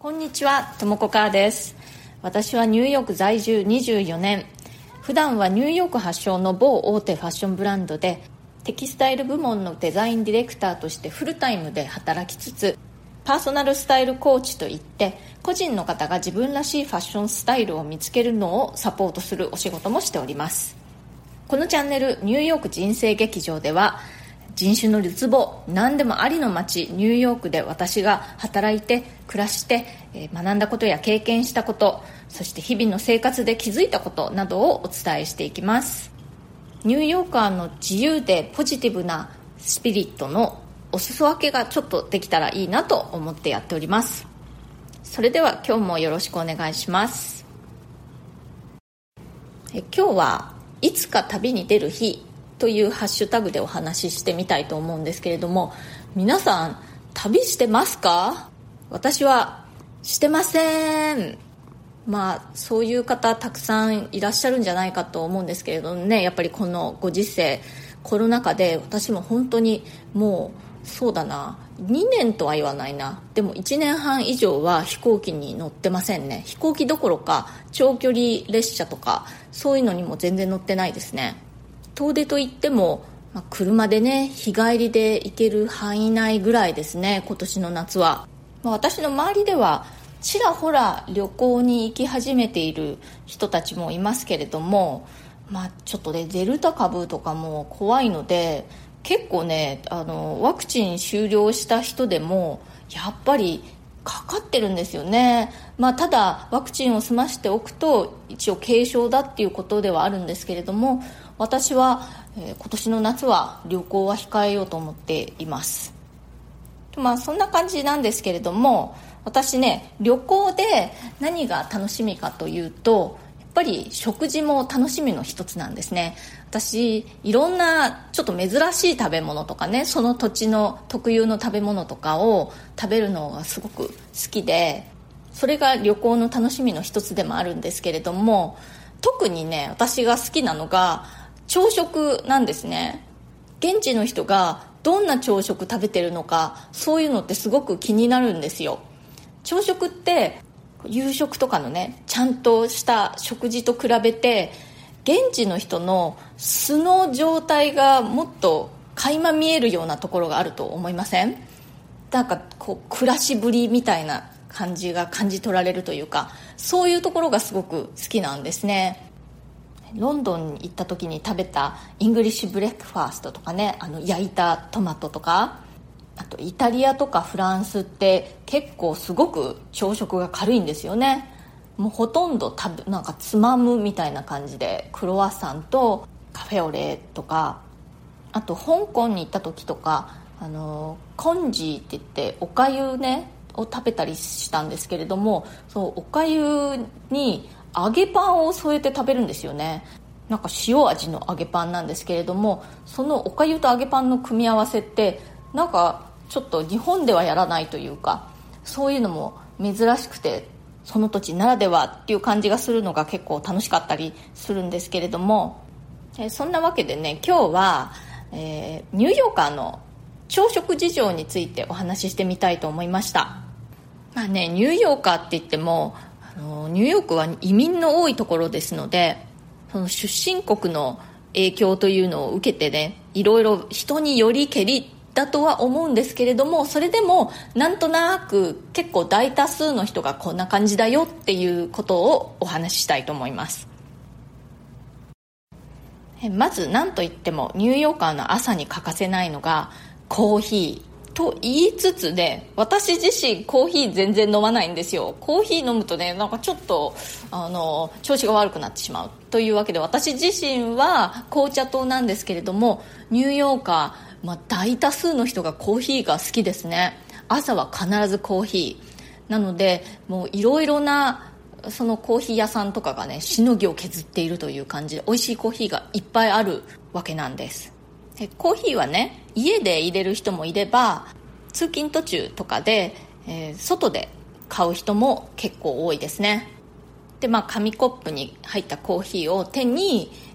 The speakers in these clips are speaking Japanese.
こんにちは、ともこかーです。私はニューヨーク在住24年。普段はニューヨーク発祥の某大手ファッションブランドでテキスタイル部門のデザインディレクターとしてフルタイムで働きつつ、パーソナルスタイルコーチといって個人の方が自分らしいファッションスタイルを見つけるのをサポートするお仕事もしております。このチャンネルニューヨーク人生劇場では、人種のるつぼ、何でもありの街ニューヨークで私が働いて暮らして学んだことや経験したこと、そして日々の生活で気づいたことなどをお伝えしていきます。ニューヨーカーの自由でポジティブなスピリットのお裾分けがちょっとできたらいいなと思ってやっております。それでは今日もよろしくお願いします。今日はいつか旅に出る日というハッシュタグでお話ししてみたいと思うんですけれども、皆さん旅してますか？私はしてません。そういう方たくさんいらっしゃるんじゃないかと思うんですけれどもね、やっぱりこのご時世コロナ禍で私も本当にもうそうだな、2年とは言わないな、でも1年半以上は飛行機に乗ってませんね。飛行機どころか長距離列車とかそういうのにも全然乗ってないですね。遠出といっても、車でね、日帰りで行ける範囲内ぐらいですね、今年の夏は。私の周りではちらほら旅行に行き始めている人たちもいますけれども、ちょっとね、デルタ株とかも怖いので、結構ね、ワクチン終了した人でもやっぱりかかってるんですよね。ただワクチンを済ましておくと一応軽症だっていうことではあるんですけれども、私は、今年の夏は旅行は控えようと思っています。そんな感じなんですけれども、私ね、旅行で何が楽しみかというと、やっぱり食事も楽しみの一つなんですね。私いろんなちょっと珍しい食べ物とかね、その土地の特有の食べ物とかを食べるのがすごく好きで、それが旅行の楽しみの一つでもあるんですけれども、特にね、私が好きなのが朝食なんですね。現地の人がどんな朝食食べてるのか、そういうのってすごく気になるんですよ。朝食って夕食とかのね、ちゃんとした食事と比べて現地の人の素の状態がもっと垣間見えるようなところがあると思いません？なんか暮らしぶりみたいな感じが感じ取られるというか、そういうところがすごく好きなんですね。ロンドンに行った時に食べたイングリッシュブレックファーストとかね、焼いたトマトとか、あとイタリアとかフランスって結構すごく朝食が軽いんですよね。もうほとんどなんかつまむみたいな感じで、クロワッサンとカフェオレとか、あと香港に行った時とかコンジーって言っておかゆねを食べたりしたんですけれども、そうおかゆに揚げパンを添えて食べるんですよね。なんか塩味の揚げパンなんですけれども、そのおかゆと揚げパンの組み合わせってなんかちょっと日本ではやらないというか、そういうのも珍しくて、その土地ならではっていう感じがするのが結構楽しかったりするんですけれども、そんなわけでね、今日は、ニューヨーカーの朝食事情についてお話ししてみたいと思いました。ニューヨーカーって言ってもニューヨークは移民の多いところですので、その出身国の影響というのを受けてね、いろいろ人によりけりだとは思うんですけれども、それでもなんとなく結構大多数の人がこんな感じだよっていうことをお話ししたいと思います。まず何といってもニューヨーカーの朝に欠かせないのがコーヒーと言いつつね、私自身コーヒー全然飲まないんですよ。コーヒー飲むとね、なんかちょっと調子が悪くなってしまうというわけで、私自身は紅茶糖なんですけれども、ニューヨーカー、大多数の人がコーヒーが好きですね。朝は必ずコーヒーなので、もういろいろなそのコーヒー屋さんとかがね、しのぎを削っているという感じで、美味しいコーヒーがいっぱいあるわけなんです。コーヒーはね、家で入れる人もいれば、通勤途中とかで、外で買う人も結構多いですね。で、紙コップに入ったコーヒーを手に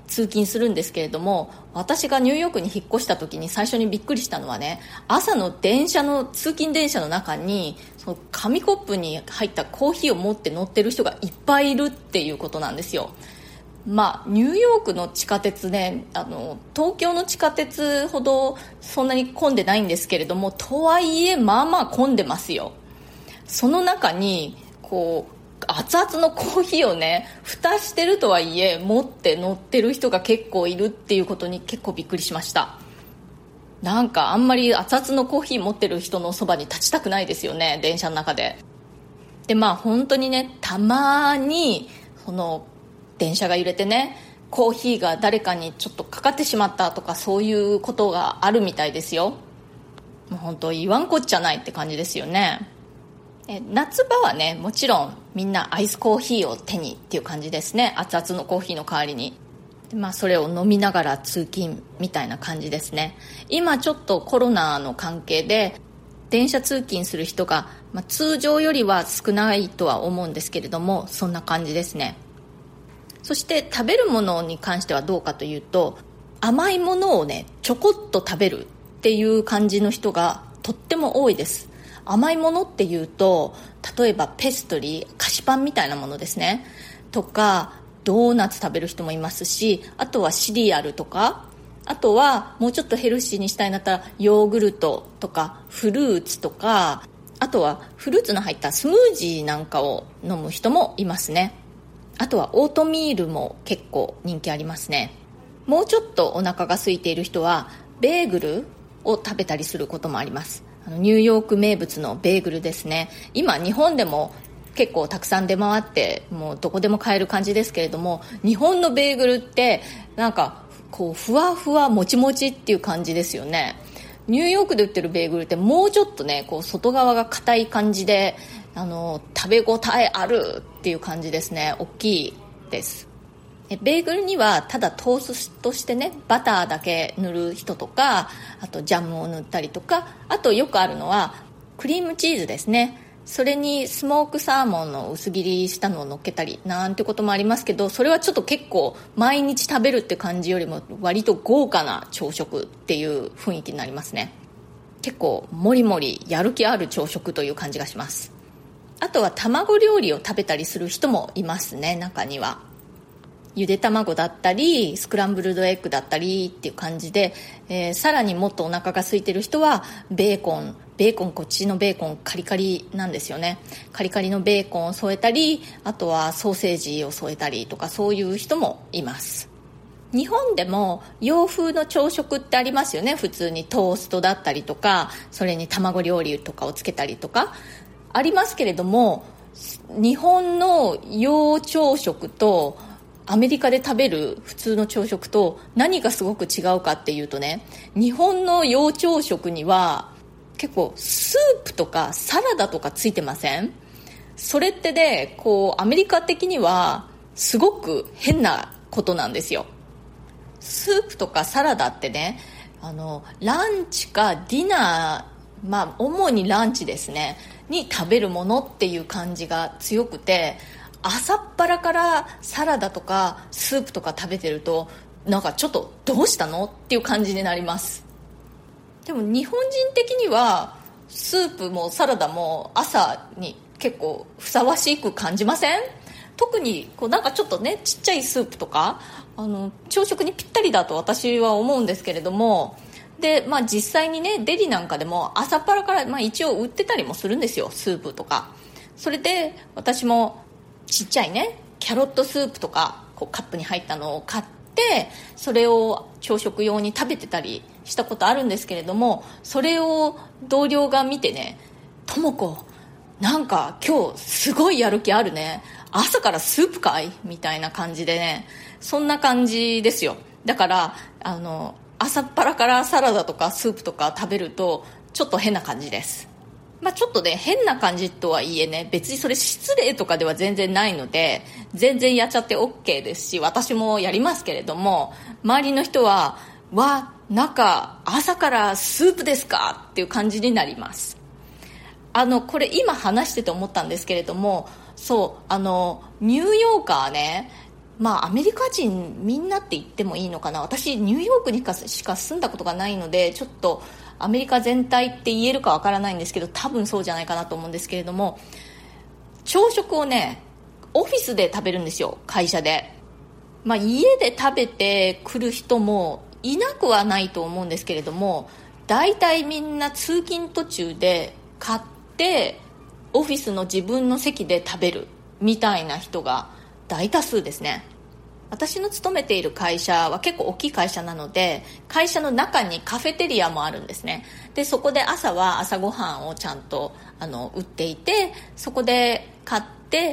通勤するんですけれども、私がニューヨークに引っ越した時に最初にびっくりしたのはね、朝の通勤電車の中にその紙コップに入ったコーヒーを持って乗ってる人がいっぱいいるっていうことなんですよ。ニューヨークの地下鉄ね、東京の地下鉄ほどそんなに混んでないんですけれども、とはいえまあまあ混んでますよ。その中に熱々のコーヒーをね、蓋してるとはいえ持って乗ってる人が結構いるっていうことに結構びっくりしました。なんかあんまり熱々のコーヒー持ってる人のそばに立ちたくないですよね、電車の中で。で本当にね、たまにその電車が揺れてね、コーヒーが誰かにちょっとかかってしまったとか、そういうことがあるみたいですよ。もう本当言わんこっちゃないって感じですよね。夏場はね、もちろんみんなアイスコーヒーを手にっていう感じですね。熱々のコーヒーの代わりに。それを飲みながら通勤みたいな感じですね。今ちょっとコロナの関係で電車通勤する人が、通常よりは少ないとは思うんですけれども、そんな感じですね。そして食べるものに関してはどうかというと、甘いものをね、ちょこっと食べるっていう感じの人がとっても多いです。甘いものっていうと、例えばペストリー、菓子パンみたいなものですね、とかドーナツ食べる人もいますし、あとはシリアルとか、あとはもうちょっとヘルシーにしたいんだったらヨーグルトとかフルーツとか、あとはフルーツの入ったスムージーなんかを飲む人もいますね。あとはオートミールも結構人気ありますね。もうちょっとお腹が空いている人はベーグルを食べたりすることもあります。ニューヨーク名物のベーグルですね。今日本でも結構たくさん出回って、もうどこでも買える感じですけれども、日本のベーグルってなんかふわふわもちもちっていう感じですよね。ニューヨークで売ってるベーグルってもうちょっとね、外側が硬い感じで、食べ応えあるっていう感じですね。大きいです。ベーグルにはただトーストしてね、バターだけ塗る人とか、あとジャムを塗ったりとか、あとよくあるのはクリームチーズですね。それにスモークサーモンの薄切りしたのを乗っけたりなんてこともありますけど、それはちょっと結構毎日食べるって感じよりも割と豪華な朝食っていう雰囲気になりますね。結構もりもりやる気ある朝食という感じがします。あとは卵料理を食べたりする人もいますね。中にはゆで卵だったりスクランブルドエッグだったりっていう感じで、さらにもっとお腹が空いてる人はベーコン、こっちのベーコンカリカリなんですよね。カリカリのベーコンを添えたり、あとはソーセージを添えたりとか、そういう人もいます。日本でも洋風の朝食ってありますよね。普通にトーストだったりとか、それに卵料理とかをつけたりとかありますけれども、日本の洋朝食とアメリカで食べる普通の朝食と何がすごく違うかっていうとね、日本の洋朝食には結構スープとかサラダとかついてません？それってね、アメリカ的にはすごく変なことなんですよ。スープとかサラダってね、ランチかディナー、主にランチですねに食べるものっていう感じが強くて、朝っぱらからサラダとかスープとか食べてると、なんかちょっとどうしたのっていう感じになります。でも日本人的にはスープもサラダも朝に結構ふさわしく感じません？特になんかちょっとね、ちっちゃいスープとか朝食にぴったりだと私は思うんですけれども、で、実際にね、デリなんかでも朝っぱらから、一応売ってたりもするんですよ、スープとか。それで私もちっちゃいね、キャロットスープとかカップに入ったのを買って、それを朝食用に食べてたりしたことあるんですけれども、それを同僚が見てね、ともこなんか今日すごいやる気あるね、朝からスープかいみたいな感じでね、そんな感じですよ。だから朝っぱらからサラダとかスープとか食べるとちょっと変な感じです。ちょっとね、変な感じとはいえね、別にそれ失礼とかでは全然ないので、全然やっちゃって OK ですし、私もやりますけれども、周りの人は中朝からスープですかっていう感じになります。これ今話してて思ったんですけれども、そうニューヨーカーね、 アメリカ人みんなって言ってもいいのかな。私ニューヨークにしか住んだことがないので、ちょっとアメリカ全体って言えるかわからないんですけど、多分そうじゃないかなと思うんですけれども、朝食をねオフィスで食べるんですよ、会社で。家で食べてくる人もいなくはないと思うんですけれども、大体みんな通勤途中で買ってオフィスの自分の席で食べるみたいな人が大多数ですね。私の勤めている会社は結構大きい会社なので、会社の中にカフェテリアもあるんですね。でそこで朝は朝ごはんをちゃんと売っていて、そこで買って、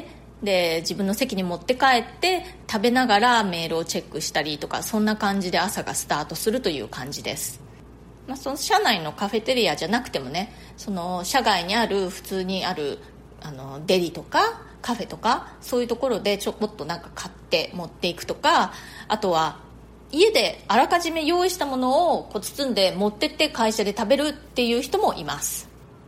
で自分の席に持って帰って食べながらメールをチェックしたりとか、そんな感じで朝がスタートするという感じです。その社内のカフェテリアじゃなくてもね、その社外にある普通にあるデリとかカフェとか、そういうところでちょこっとなんか買って持っていくとか、あとは家であらかじめ用意したものを包んで持ってって会社で食べるっていう人もいます。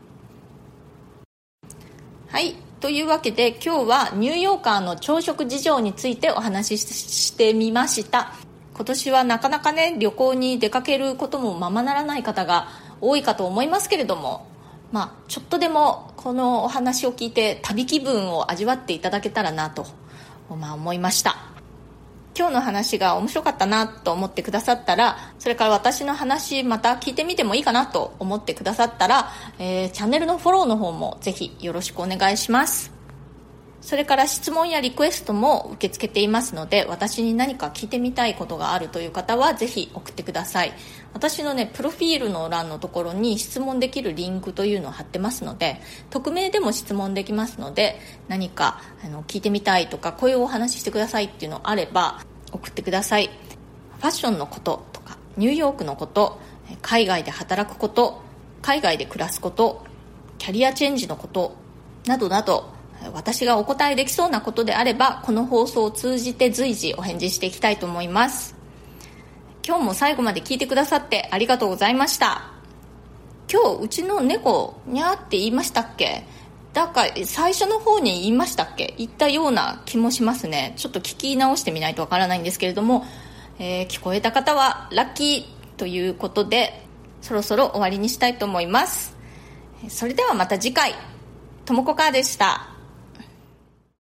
はい、というわけで今日はニューヨーカーの朝食事情についてお話ししてみました。今年はなかなかね、旅行に出かけることもままならない方が多いかと思いますけれども、ちょっとでもこのお話を聞いて旅気分を味わっていただけたらなと、思いました。今日の話が面白かったなと思ってくださったら、それから私の話また聞いてみてもいいかなと思ってくださったら、チャンネルのフォローの方もぜひよろしくお願いします。それから質問やリクエストも受け付けていますので、私に何か聞いてみたいことがあるという方はぜひ送ってください。私のプロフィールの欄のところに質問できるリンクというのを貼ってますので、匿名でも質問できますので、何か聞いてみたいとか、こういうお話ししてくださいっていうのあれば送ってください。ファッションのこととか、ニューヨークのこと、海外で働くこと、海外で暮らすこと、キャリアチェンジのことなどなど、私がお答えできそうなことであれば、この放送を通じて随時お返事していきたいと思います。今日も最後まで聞いてくださってありがとうございました。今日うちの猫にゃーって言いましたっけ？だから最初の方に言いましたっけ？言ったような気もしますね。ちょっと聞き直してみないとわからないんですけれども、聞こえた方はラッキーということで、そろそろ終わりにしたいと思います。それではまた次回。ともこかーでした。